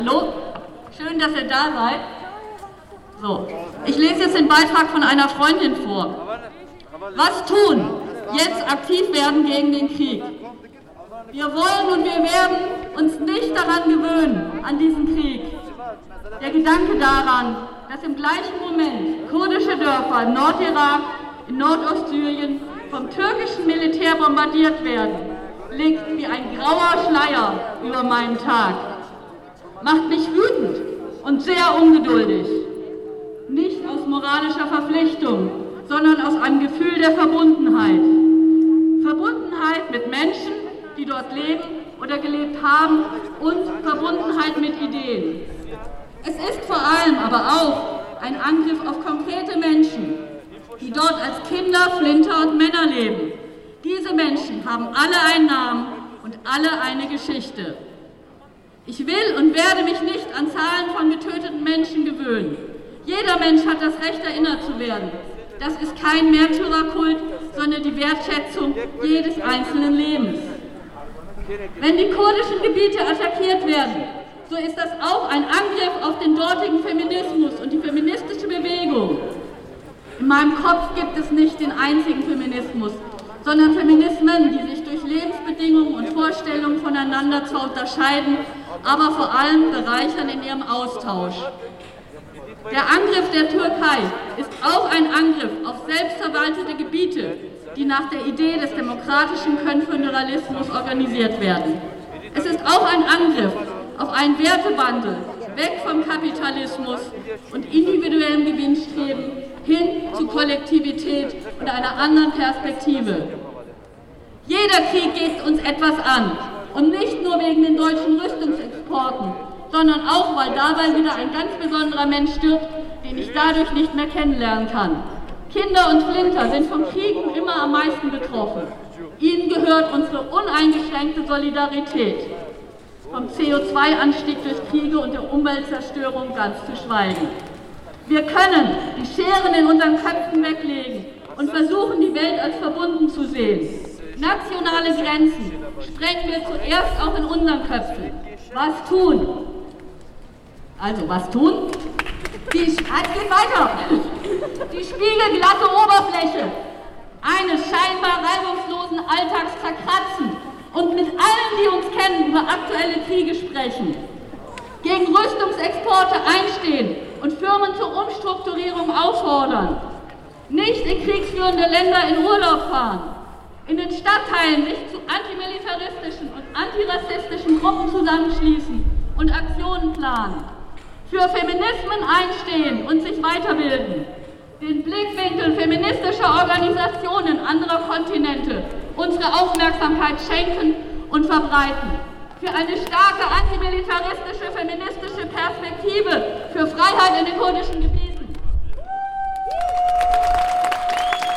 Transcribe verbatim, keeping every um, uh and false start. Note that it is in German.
Hallo, schön, dass ihr da seid. So, ich lese jetzt den Beitrag von einer Freundin vor. Was tun? Jetzt aktiv werden gegen den Krieg. Wir wollen und wir werden uns nicht daran gewöhnen, an diesen Krieg. Der Gedanke daran, dass im gleichen Moment kurdische Dörfer im Nordirak, in Nordostsyrien vom türkischen Militär bombardiert werden, liegt wie ein grauer Schleier über meinen Tag. Macht mich wütend und sehr ungeduldig. Nicht aus moralischer Verpflichtung, sondern aus einem Gefühl der Verbundenheit. Verbundenheit mit Menschen, die dort leben oder gelebt haben, und Verbundenheit mit Ideen. Es ist vor allem aber auch ein Angriff auf konkrete Menschen, die dort als Kinder, Flinter und Männer leben. Diese Menschen haben alle einen Namen und alle eine Geschichte. Ich will und werde mich nicht an Zahlen von getöteten Menschen gewöhnen. Jeder Mensch hat das Recht, erinnert zu werden. Das ist kein Märtyrerkult, sondern die Wertschätzung jedes einzelnen Lebens. Wenn die kurdischen Gebiete attackiert werden, so ist das auch ein Angriff auf den dortigen Feminismus und die feministische Bewegung. In meinem Kopf gibt es nicht den einzigen Feminismus, sondern Feminismen, die sich durch Lebensbedingungen und Vorstellungen voneinander zwar unterscheiden, aber vor allem bereichern in ihrem Austausch. Der Angriff der Türkei ist auch ein Angriff auf selbstverwaltete Gebiete, die nach der Idee des demokratischen Konföderalismus organisiert werden. Es ist auch ein Angriff auf einen Wertewandel, weg vom Kapitalismus und individuellem Gewinnstreben hin zu Kollektivität und einer anderen Perspektive. Jeder Krieg geht uns etwas an, und nicht nur wegen den deutschen Rüstungsexporten, sondern auch, weil dabei wieder ein ganz besonderer Mensch stirbt, den ich dadurch nicht mehr kennenlernen kann. Kinder und Flinter sind vom Kriegen immer am meisten betroffen. Ihnen gehört unsere uneingeschränkte Solidarität. Vom C O zwei Anstieg durch Kriege und der Umweltzerstörung ganz zu schweigen. Wir können die Scheren in unseren Köpfen weglegen und versuchen, die Welt als verbunden zu sehen. Nationale Grenzen sprengen wir zuerst auch in unseren Köpfen. Was tun? Also, was tun? Die, es geht weiter. Die spiegelglatte Oberfläche eines scheinbar reibungslosen Alltags zerkratzen und mit allen, die uns kennen, über aktuelle Kriege sprechen. Gegen Rüstungsexporte einstehen und Firmen zur Umstrukturierung auffordern. Nicht in kriegsführende Länder in Urlaub fahren. In den Stadtteilen sich zu antimilitaristischen und antirassistischen Gruppen zusammenschließen und Aktionen planen. Für Feminismen einstehen und sich weiterbilden. Den Blickwinkel feministischer Organisationen anderer Kontinente unsere Aufmerksamkeit schenken und verbreiten. Für eine starke antimilitaristische, feministische Perspektive für Freiheit in den kurdischen Gebieten.